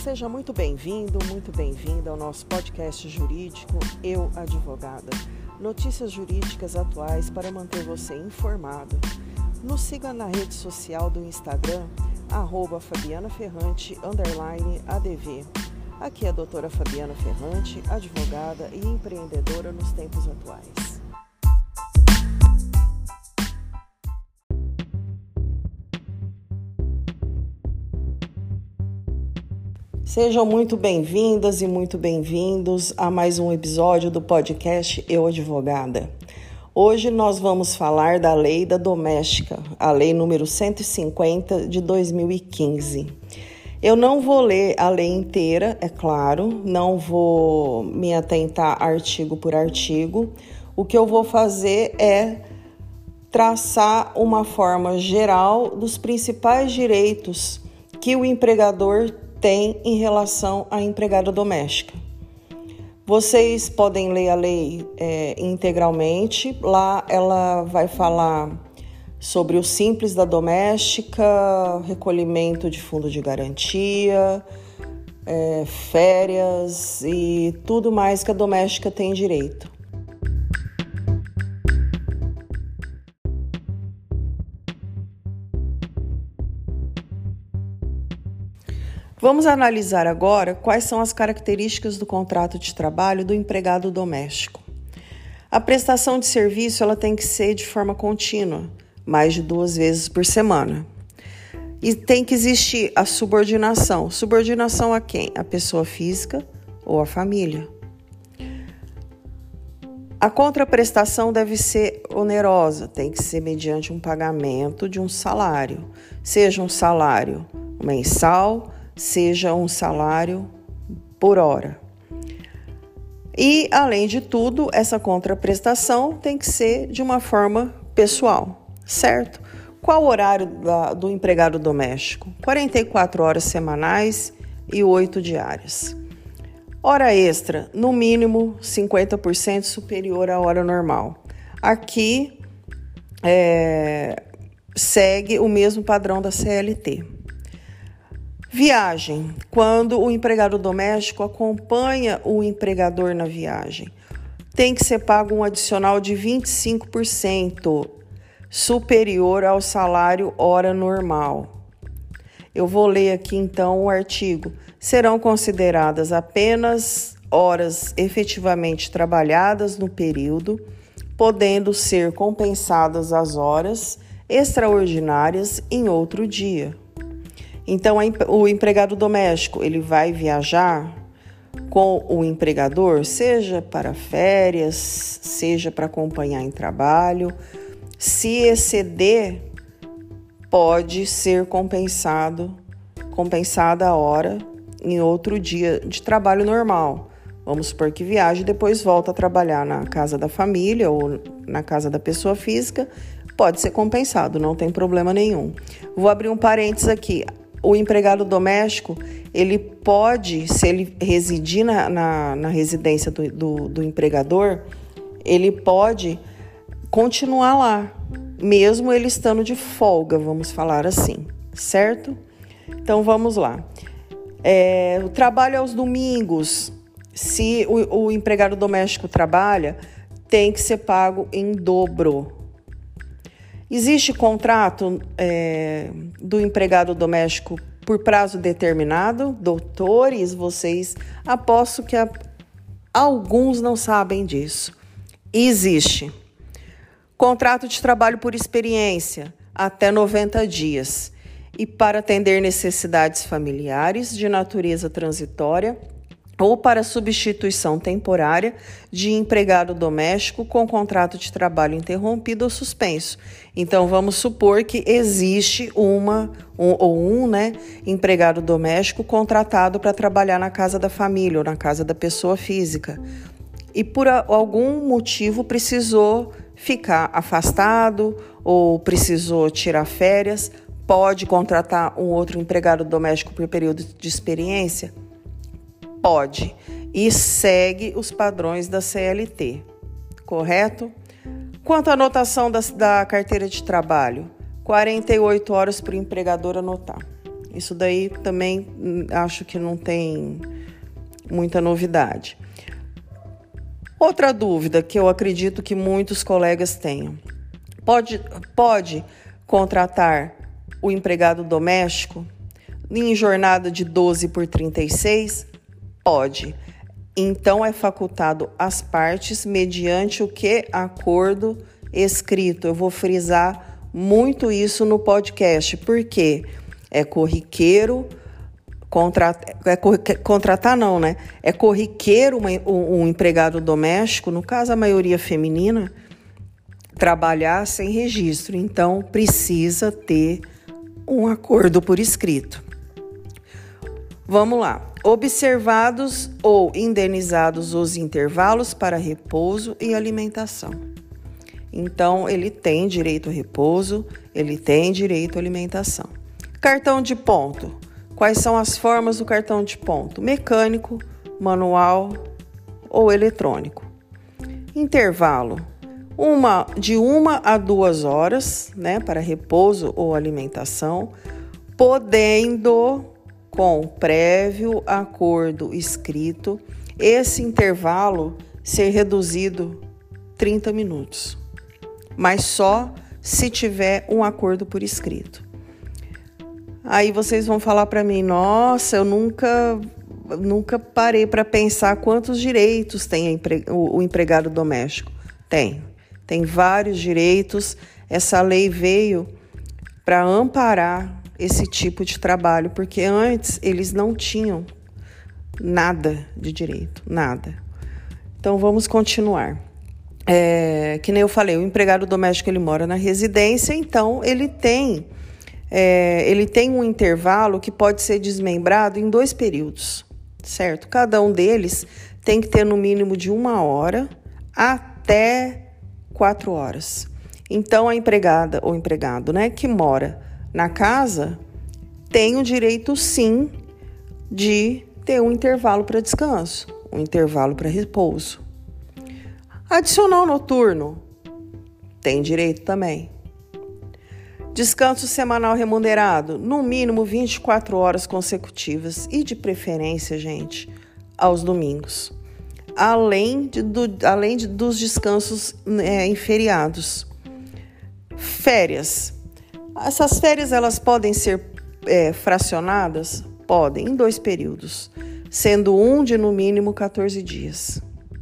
Seja muito bem-vindo, muito bem-vinda ao nosso podcast jurídico Eu Advogada. Notícias jurídicas atuais para manter você informado. Nos siga na rede social do Instagram, @FabianaFerrante_ADV. Aqui é a doutora Fabiana Ferrante, advogada e empreendedora nos tempos atuais. Sejam muito bem-vindas e muito bem-vindos a mais um episódio do podcast Eu Advogada. Hoje nós vamos falar da Lei da Doméstica, a Lei número 150 de 2015. Eu não vou ler a lei inteira, é claro, não vou me atentar artigo por artigo. O que eu vou fazer é traçar uma forma geral dos principais direitos que o empregador tem em relação à empregada doméstica. Vocês podem ler a lei integralmente. Lá ela vai falar sobre o simples da doméstica, recolhimento de fundo de garantia, férias e tudo mais que a doméstica tem direito. Vamos analisar agora quais são as características do contrato de trabalho do empregado doméstico. A prestação de serviço ela tem que ser de forma contínua, mais de 2 vezes por semana. E tem que existir a subordinação. Subordinação a quem? A pessoa física ou a família. A contraprestação deve ser onerosa, tem que ser mediante um pagamento de um salário, seja um salário mensal, seja um salário por hora. E, além de tudo, essa contraprestação tem que ser de uma forma pessoal, certo? Qual o horário do empregado doméstico? 44 horas semanais e 8 diárias. Hora extra, no mínimo 50% superior à hora normal. Aqui segue o mesmo padrão da CLT. Viagem, quando o empregado doméstico acompanha o empregador na viagem, tem que ser pago um adicional de 25% superior ao salário hora normal. Eu vou ler aqui então o artigo. Serão consideradas apenas horas efetivamente trabalhadas no período, podendo ser compensadas as horas extraordinárias em outro dia. Então, o empregado doméstico, ele vai viajar com o empregador, seja para férias, seja para acompanhar em trabalho. Se exceder, pode ser compensada a hora em outro dia de trabalho normal. Vamos supor que viaje e depois volta a trabalhar na casa da família ou na casa da pessoa física, pode ser compensado, não tem problema nenhum. Vou abrir um parênteses aqui. O empregado doméstico, ele pode, se ele residir na residência do empregador, ele pode continuar lá, mesmo ele estando de folga, vamos falar assim, certo? Então, vamos lá. O trabalho aos domingos, se o empregado doméstico trabalha, tem que ser pago em dobro. Existe contrato do empregado doméstico por prazo determinado? Doutores, vocês aposto que alguns não sabem disso. Existe. Contrato de trabalho por experiência, até 90 dias. E para atender necessidades familiares de natureza transitória ou para substituição temporária de empregado doméstico com contrato de trabalho interrompido ou suspenso. Então, vamos supor que existe um empregado doméstico contratado para trabalhar na casa da família ou na casa da pessoa física. E por algum motivo precisou ficar afastado ou precisou tirar férias, pode contratar um outro empregado doméstico por período de experiência? Pode, e segue os padrões da CLT, correto? Quanto à anotação da carteira de trabalho, 48 horas para o empregador anotar. Isso daí também acho que não tem muita novidade. Outra dúvida que eu acredito que muitos colegas tenham. Pode contratar o empregado doméstico em jornada de 12 por 36? Pode. Então, é facultado às partes mediante o que? Acordo escrito. Eu vou frisar muito isso no podcast, porque é corriqueiro contratar não, né? É corriqueiro um empregado doméstico, no caso a maioria feminina, trabalhar sem registro. Então, precisa ter um acordo por escrito. Vamos lá. Observados ou indenizados os intervalos para repouso e alimentação. Então, ele tem direito a repouso, ele tem direito à alimentação. Cartão de ponto. Quais são as formas do cartão de ponto? Mecânico, manual ou eletrônico. Intervalo. De 1 a 2 horas, né, para repouso ou alimentação, podendo, com prévio acordo escrito, esse intervalo ser reduzido 30 minutos, mas só se tiver um acordo por escrito. Aí vocês vão falar para mim, nossa, eu nunca parei para pensar quantos direitos tem o empregado doméstico. Tem vários direitos. Essa lei veio para amparar esse tipo de trabalho, porque antes eles não tinham nada de direito, nada. Então vamos continuar. Que nem eu falei, o empregado doméstico ele mora na residência, então ele tem um intervalo que pode ser desmembrado em 2 períodos, certo? Cada um deles tem que ter no mínimo de 1 hora até 4 horas. Então, a empregada ou empregado, né, que mora na casa tem o direito, sim, de ter um intervalo para descanso, um intervalo para repouso. Adicional noturno tem direito também. Descanso semanal remunerado, no mínimo 24 horas consecutivas e de preferência, gente, aos domingos. Além dos descansos em feriados. Férias. Essas férias elas podem ser fracionadas? Podem, em 2 períodos, sendo um de no mínimo 14 dias.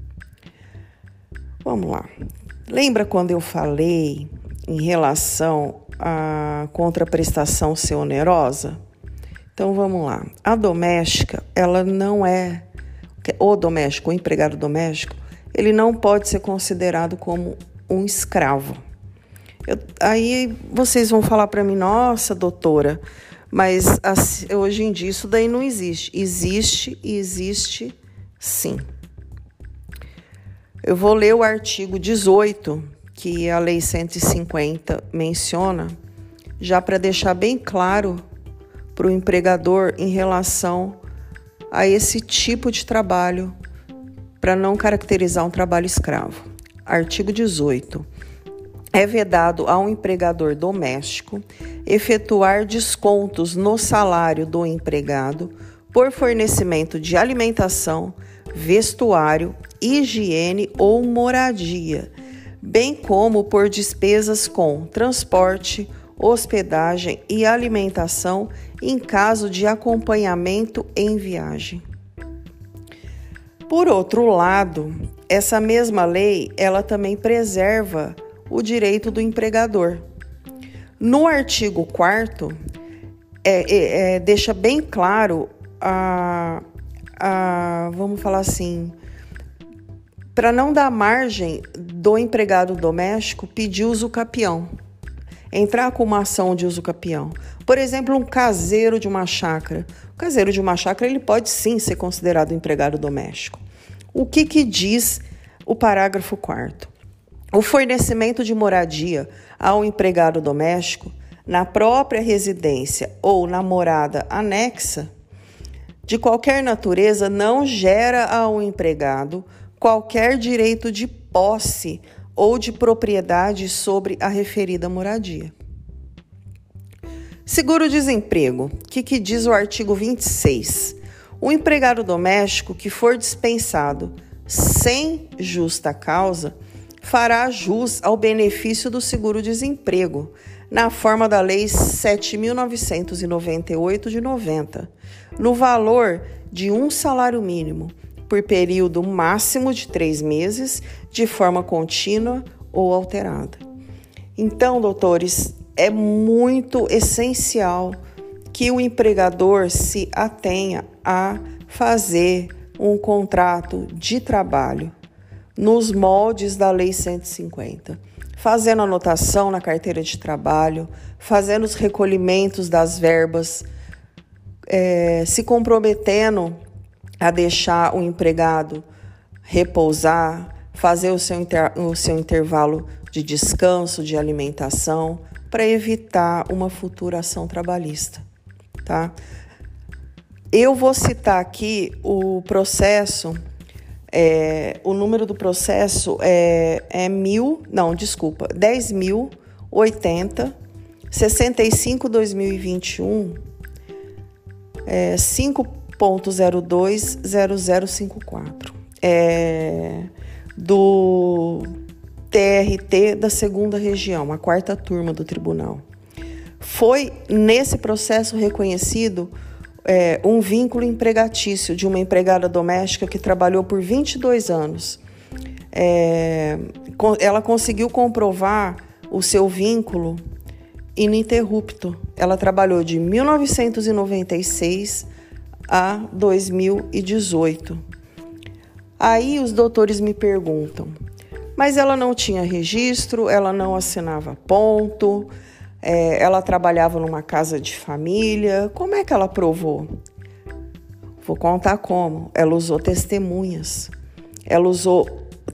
Vamos lá. Lembra quando eu falei em relação à contraprestação ser onerosa? Então vamos lá. A doméstica, ela não é... o empregado doméstico, ele não pode ser considerado como um escravo. Aí vocês vão falar para mim, nossa, doutora, mas hoje em dia isso daí não existe. Existe sim. Eu vou ler o artigo 18, que a Lei 150 menciona, já para deixar bem claro para o empregador em relação a esse tipo de trabalho, para não caracterizar um trabalho escravo. Artigo 18. É vedado ao empregador doméstico efetuar descontos no salário do empregado por fornecimento de alimentação, vestuário, higiene ou moradia, bem como por despesas com transporte, hospedagem e alimentação em caso de acompanhamento em viagem. Por outro lado, essa mesma lei, ela também preserva o direito do empregador. No artigo 4º, deixa bem claro vamos falar assim, para não dar margem do empregado doméstico pedir uso capião, entrar com uma ação de uso capião. Por exemplo, um caseiro de uma chácara. O caseiro de uma chácara, ele pode sim ser considerado empregado doméstico. O que diz o parágrafo 4º? O fornecimento de moradia ao empregado doméstico na própria residência ou na morada anexa, de qualquer natureza, não gera ao empregado qualquer direito de posse ou de propriedade sobre a referida moradia. Seguro-desemprego. O que diz o artigo 26? O empregado doméstico que for dispensado sem justa causa fará jus ao benefício do seguro-desemprego, na forma da Lei 7.998 de 90, no valor de um salário mínimo, por período máximo de 3 meses, de forma contínua ou alterada. Então, doutores, é muito essencial que o empregador se atenha a fazer um contrato de trabalho nos moldes da Lei 150, fazendo anotação na carteira de trabalho, fazendo os recolhimentos das verbas, se comprometendo a deixar o empregado repousar, fazer o seu intervalo de descanso, de alimentação, para evitar uma futura ação trabalhista, tá? Eu vou citar aqui o processo, o número do processo é 10.080, 65/2021, 5.020054, do TRT da 2ª Região, a 4ª turma do tribunal. Foi nesse processo reconhecido um vínculo empregatício de uma empregada doméstica que trabalhou por 22 anos. Ela conseguiu comprovar o seu vínculo ininterrupto. Ela trabalhou de 1996 a 2018. Aí os doutores me perguntam, mas ela não tinha registro, ela não assinava ponto, ela trabalhava numa casa de família, como é que ela provou? Vou contar como. Ela usou testemunhas. Ela usou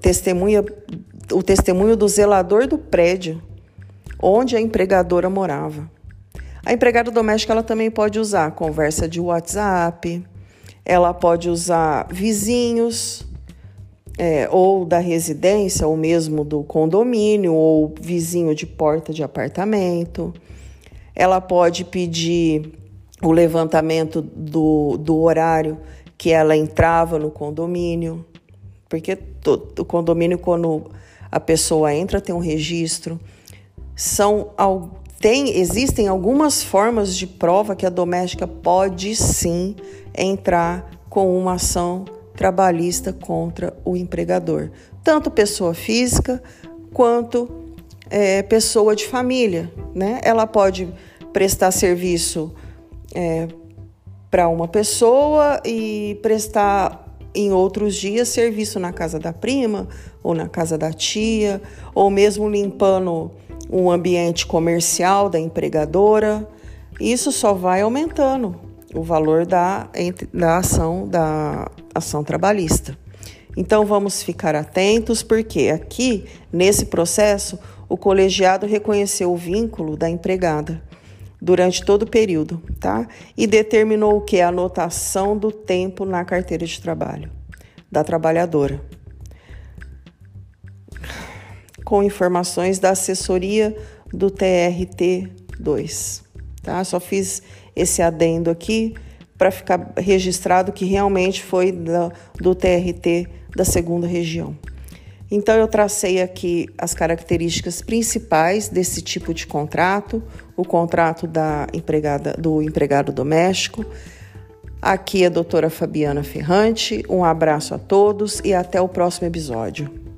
o testemunho do zelador do prédio onde a empregadora morava. A empregada doméstica ela também pode usar conversa de WhatsApp, ela pode usar vizinhos, ou da residência, ou mesmo do condomínio, ou vizinho de porta de apartamento. Ela pode pedir o levantamento do horário que ela entrava no condomínio, porque o condomínio, quando a pessoa entra, tem um registro. Existem algumas formas de prova que a doméstica pode sim entrar com uma ação trabalhista contra o empregador, tanto pessoa física quanto pessoa de família, né? Ela pode prestar serviço para uma pessoa e prestar em outros dias serviço na casa da prima ou na casa da tia, ou mesmo limpando um ambiente comercial da empregadora. Isso só vai aumentando o valor da ação trabalhista. Então vamos ficar atentos, porque aqui, nesse processo, o colegiado reconheceu o vínculo da empregada durante todo o período, tá? E determinou o quê? A anotação do tempo na carteira de trabalho da trabalhadora, com informações da assessoria do TRT2, tá? Só fiz esse adendo aqui para ficar registrado que realmente foi do TRT da 2ª Região. Então, eu tracei aqui as características principais desse tipo de contrato, o contrato do empregado doméstico. Aqui é a doutora Fabiana Ferrante. Um abraço a todos e até o próximo episódio.